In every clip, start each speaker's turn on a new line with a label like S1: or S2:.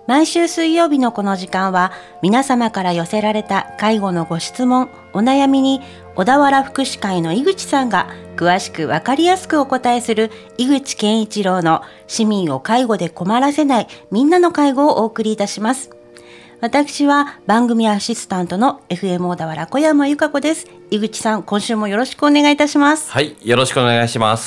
S1: 毎週水曜日のこの時間は皆様から寄せられた介護のご質問、お悩みに小田原福祉会の井口さんが詳しくわかりやすくお答えする井口健一郎の市民を介護で困らせないみんなの介護をお送りいたします。私は番組アシスタントの FM 小田原小山由香子です。井口さん、今週もよろしくお願いいたします。
S2: はい、よろしくお願いします。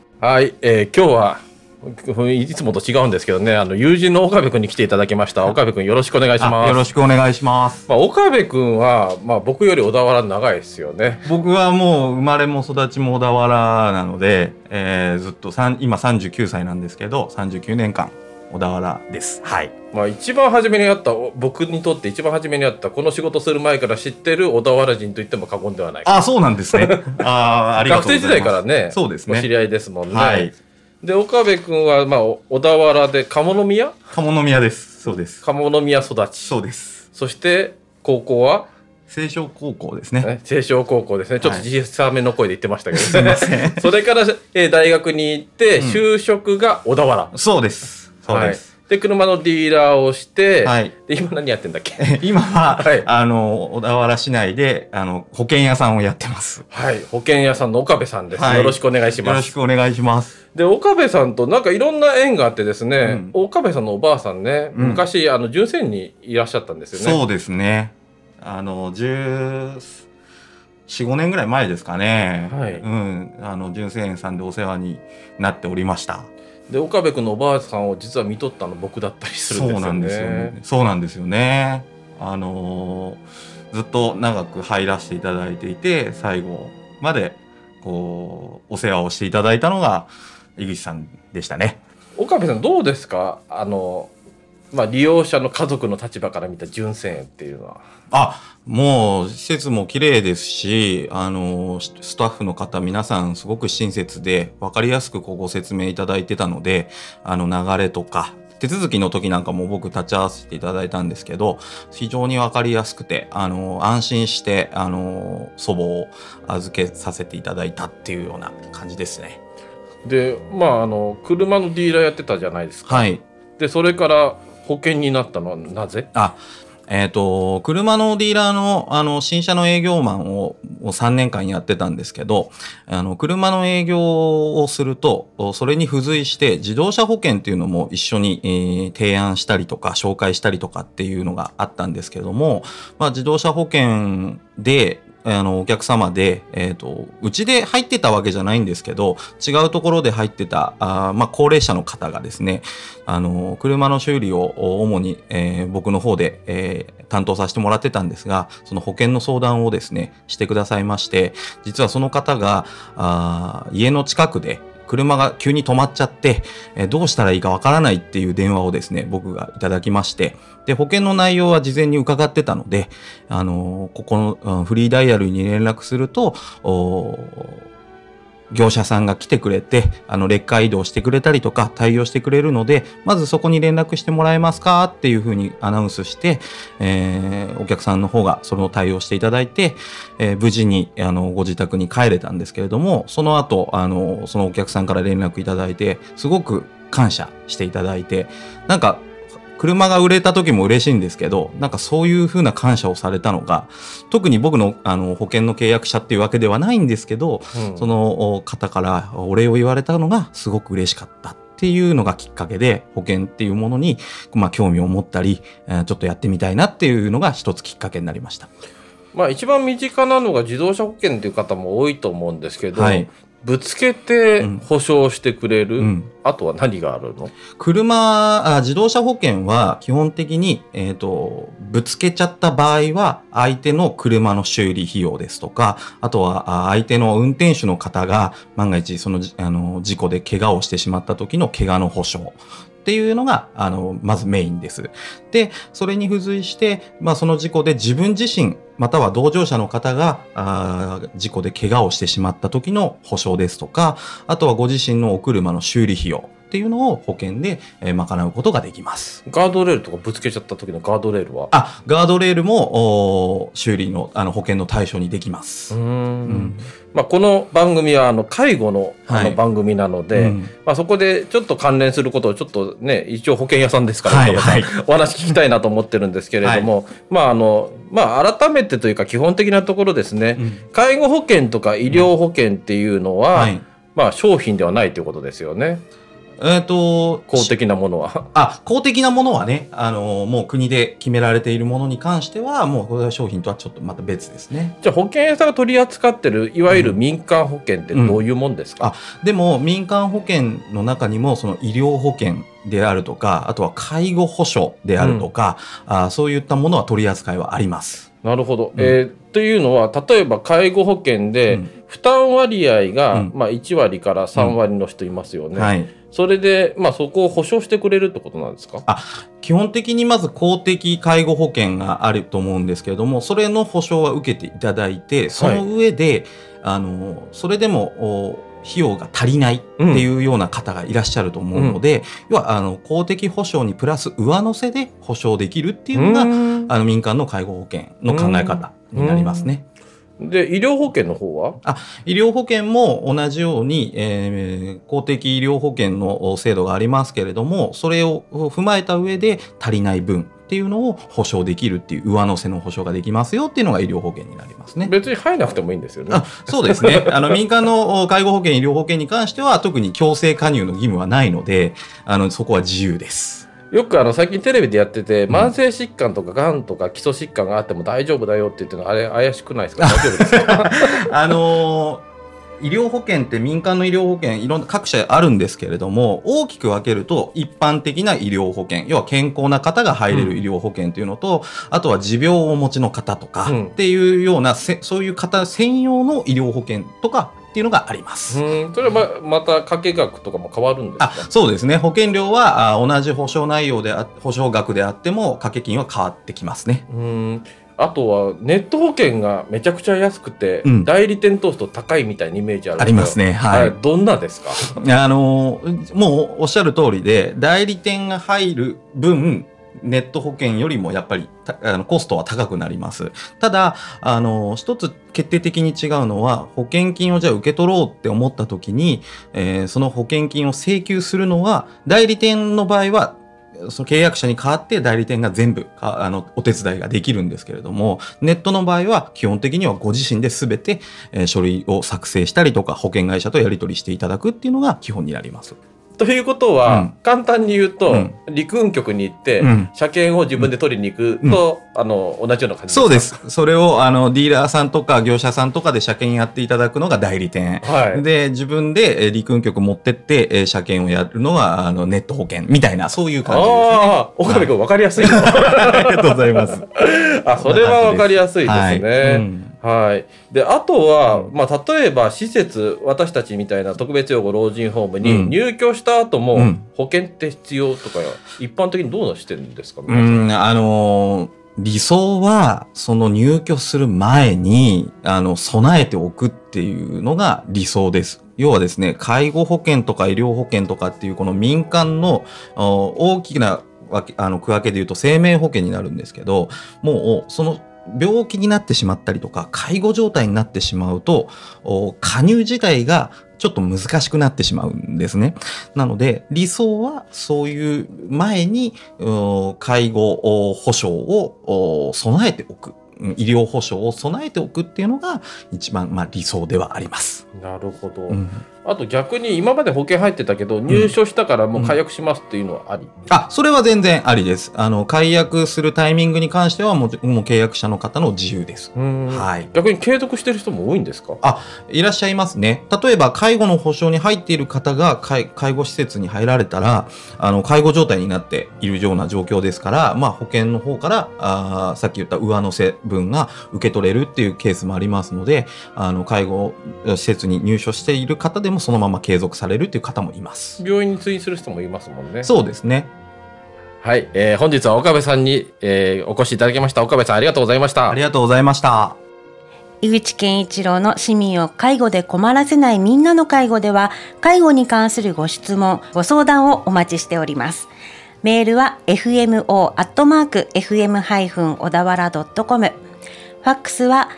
S3: はい、今日はいつもと違うんですけどね、友人の岡部君に来ていただきました。岡部君、よろしくお願いします。
S4: よろしくお願いします。
S3: 岡部君は、僕より小田原長いですよね。
S4: 僕はもう生まれも育ちも小田原なので、ずっと今39歳なんですけど、39年間小田原です。はい。
S3: 一番初めにあった、僕にとって一番初めにあったこの仕事する前から知ってる小田原人と言っても過言ではない。
S4: あ、そうなんですね。ありがとうございます。学生時
S3: 代からね、
S4: そうですね。
S3: お知り合いですもんね。
S4: はい。
S3: で、岡部君は、小田原で鴨宮
S4: です。そうです。
S3: 鴨宮育ち。
S4: そうです。
S3: そして高校は
S4: 青少高校ですね。
S3: 青少高校ですね。ちょっと小さめの声で言ってましたけど、
S4: すいません。
S3: それから、大学に行って、就職が小田原。
S4: そうです。そうです。
S3: で、車のディーラーをして、
S4: はい、
S3: で今何やってんだっけ？
S4: 今は、はい、小田原市内で保険屋さんをやってます。
S3: はい、保険屋さんの岡部さんです。はい、よろしくお願いします。
S4: よろしくお願いします。
S3: で、岡部さんとなんかいろんな縁があってですね、岡部さんのおばあさんね、昔純正園にいらっしゃったんですよね。
S4: そうですね。14、15年ぐらい前ですかね。はい。純正園さんでお世話になっておりました。
S3: で、岡部君のおばあさんを実は見とったの僕だったりするんですよね。
S4: そうなんですよね。そうなんですよね。ずっと長く入らせていただいていて、最後までお世話をしていただいたのが井口さんでしたね。
S3: 岡部さんどうですか？利用者の家族の立場から見た純正園っていうのは。
S4: もう施設も綺麗ですし、スタッフの方皆さんすごく親切で分かりやすくご説明いただいてたので、流れとか手続きの時なんかも僕立ち会わせていただいたんですけど、非常に分かりやすくて、安心して、祖母を預けさせていただいたっていうような感じですね。
S3: で、車のディーラーやってたじゃないですか。
S4: はい。
S3: で、それから保険になったのはなぜ？
S4: 車のディーラーの、新車の営業マンを3年間やってたんですけど、車の営業をすると、それに付随して自動車保険っていうのも一緒に、提案したりとか紹介したりとかっていうのがあったんですけども、自動車保険で、お客様で、うちで入ってたわけじゃないんですけど、違うところで入ってた、高齢者の方がですね、車の修理を主に、僕の方で、担当させてもらってたんですが、その保険の相談をですね、してくださいまして、実はその方が、家の近くで、車が急に止まっちゃって、どうしたらいいかわからないっていう電話をですね、僕がいただきまして、で、保険の内容は事前に伺ってたので、ここのフリーダイヤルに連絡すると、業者さんが来てくれて、レッカー移動してくれたりとか対応してくれるので、まずそこに連絡してもらえますかっていうふうにアナウンスして、お客さんの方がその対応していただいて、無事にご自宅に帰れたんですけれども、その後そのお客さんから連絡いただいて、すごく感謝していただいて、なんか車が売れた時も嬉しいんですけど、なんかそういう風な感謝をされたのが、特に僕の保険の契約者っていうわけではないんですけど、その方からお礼を言われたのがすごく嬉しかったっていうのがきっかけで、保険っていうものに興味を持ったり、ちょっとやってみたいなっていうのが一つきっかけになりました。
S3: 一番身近なのが自動車保険っていう方も多いと思うんですけど、
S4: はい、
S3: ぶつけて保証してくれる、あとは何があるの？
S4: 自動車保険は基本的に、ぶつけちゃった場合は相手の車の修理費用ですとか、あとは相手の運転手の方が万が一その事故で怪我をしてしまった時の怪我の保証っていうのがまずメインです。で、それに付随して、その事故で自分自身または同乗者の方が事故で怪我をしてしまった時の保証ですとか、あとはご自身のお車の修理費用っていうのを保険で賄うことができます。
S3: ガードレールとかぶつけちゃった時のガードレールは
S4: ガードレールも修理の保険の対象にできます。
S3: この番組は介護の番組なので、そこでちょっと関連することをちょっとね、一応保険屋さんですから、お話聞きたいなと思ってるんですけれども、改めてというか基本的なところですね、介護保険とか医療保険っていうのは、商品ではないということですよね。公的なものは
S4: 公的なものはね、もう国で決められているものに関してはもうこれは商品とはちょっとまた別ですね。
S3: じゃあ保険屋さんが取り扱ってるいわゆる民間保険ってどういうもんですか？
S4: でも民間保険の中にもその医療保険であるとか、あとは介護保障であるとか、そういったものは取り扱いはあります。
S3: なるほど。というのは例えば介護保険で負担割合が1割から3割の人いますよね。それでそこを保証してくれるってことなんですか？
S4: 基本的にまず公的介護保険があると思うんですけれども、それの保証は受けていただいて、その上で、それでも費用が足りないっていうような方がいらっしゃると思うので、要は公的保障にプラス上乗せで保証できるっていうのが民間の介護保険の考え方になりますね。
S3: で医療保険の方は
S4: 医療保険も同じように、公的医療保険の制度がありますけれども、それを踏まえた上で足りない分っていうのを保証できるっていう上乗せの保証ができますよっていうのが医療保険になりますね。
S3: 別に入らなくてもいいんですよね。
S4: そうですね。民間の介護保険医療保険に関しては特に強制加入の義務はないので、そこは自由です。
S3: よく最近テレビでやってて、慢性疾患とかがんとか基礎疾患があっても大丈夫だよって言ってるの、あれ怪しくないですか？大丈夫ですか？
S4: 医療保険って民間の医療保険いろんな各社あるんですけれども、大きく分けると一般的な医療保険、要は健康な方が入れる医療保険というのと、あとは持病をお持ちの方とかっていうような、そういう方専用の医療保険とかっていうのがあります。
S3: それはまた掛け額とかも変わるんですか？
S4: そうですね。保険料は同じ保証内容で保証額であっても掛け金は変わってきますね。
S3: あとはネット保険がめちゃくちゃ安くて、代理店通すと高いみたいなイメージあるんですけど、
S4: ありますね。はい。
S3: どんなですか？
S4: もうおっしゃる通りで、代理店が入る分ネット保険よりもやっぱりコストは高くなります。ただ一つ決定的に違うのは、保険金をじゃあ受け取ろうって思った時に、その保険金を請求するのは代理店の場合はその契約者に代わって代理店が全部お手伝いができるんですけれども、ネットの場合は基本的にはご自身で全て、書類を作成したりとか保険会社とやり取りしていただくっていうのが基本になります。
S3: ということは、簡単に言うと、陸運局に行って、車検を自分で取りに行くと、同じような感じですか？そうです。
S4: それをディーラーさんとか業者さんとかで車検やっていただくのが代理店、で自分で陸運局持ってって車検をやるのがネット保険みたいな、そういう感じですね。
S3: 岡部君分かりやすい
S4: ありがとうございます。
S3: それは分かりやすいですね。であとは、例えば施設、私たちみたいな特別養護老人ホームに入居した後も保険って必要とか、一般的にどうしてるんですか？
S4: 理想はその入居する前に備えておくっていうのが理想です。要はですね、介護保険とか医療保険とかっていうこの民間の大きな区分けで言うと生命保険になるんですけど、もうその病気になってしまったりとか介護状態になってしまうと加入自体がちょっと難しくなってしまうんですね。なので理想はそういう前に介護保障を備えておく、医療保障を備えておくっていうのが一番理想ではあります。
S3: なるほど。あと逆に今まで保険入ってたけど入所したからもう解約しますっていうのはあり？
S4: それは全然ありです。解約するタイミングに関してはもう契約者の方の自由です。
S3: 逆に継続してる人も多いんですか？
S4: いらっしゃいますね。例えば介護の保障に入っている方が介護施設に入られたら介護状態になっているような状況ですから、保険の方からさっき言った上乗せ分が受け取れるっていうケースもありますので、介護施設に入所している方でもそのまま継続されるっていう方もいます。
S3: 病院に通院する人もいますもんね。
S4: そうですね。
S3: はい、本日は岡部さんに、お越しいただきました。岡部さんありがとうございました。
S4: ありがとうございました。
S1: 井口健一郎の市民を介護で困らせないみんなの介護では、介護に関するご質問、ご相談をお待ちしております。メールは fmo@fm-odawara.com、 ファックスは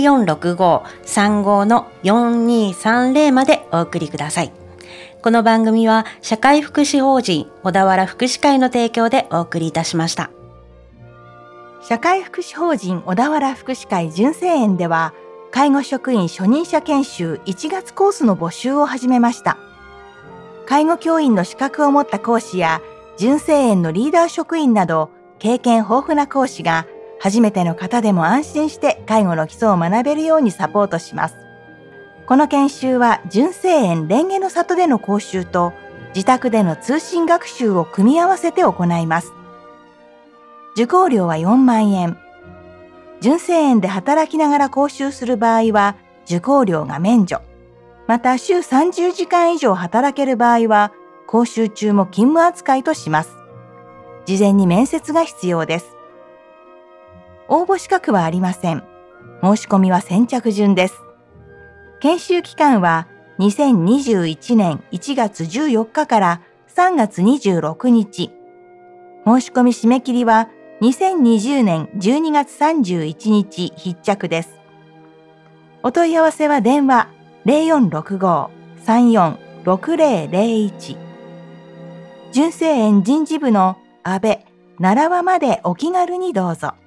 S1: 0465-35-4230 までお送りください。この番組は社会福祉法人小田原福祉会の提供でお送りいたしました。
S5: 社会福祉法人小田原福祉会純正園では、介護職員初任者研修1月コースの募集を始めました。介護教員の資格を持った講師や純正園のリーダー職員など経験豊富な講師が、初めての方でも安心して介護の基礎を学べるようにサポートします。この研修は純正園蓮華の里での講習と自宅での通信学習を組み合わせて行います。受講料は4万円。純正園で働きながら講習する場合は受講料が免除。また週30時間以上働ける場合は講習中も勤務扱いとします。事前に面接が必要です。応募資格はありません。申し込みは先着順です。研修期間は2021年1月14日から3月26日。申し込み締め切りは2020年12月31日必着です。お問い合わせは電話 0465-34-6001。純正園人事部の安倍奈良輪までお気軽にどうぞ。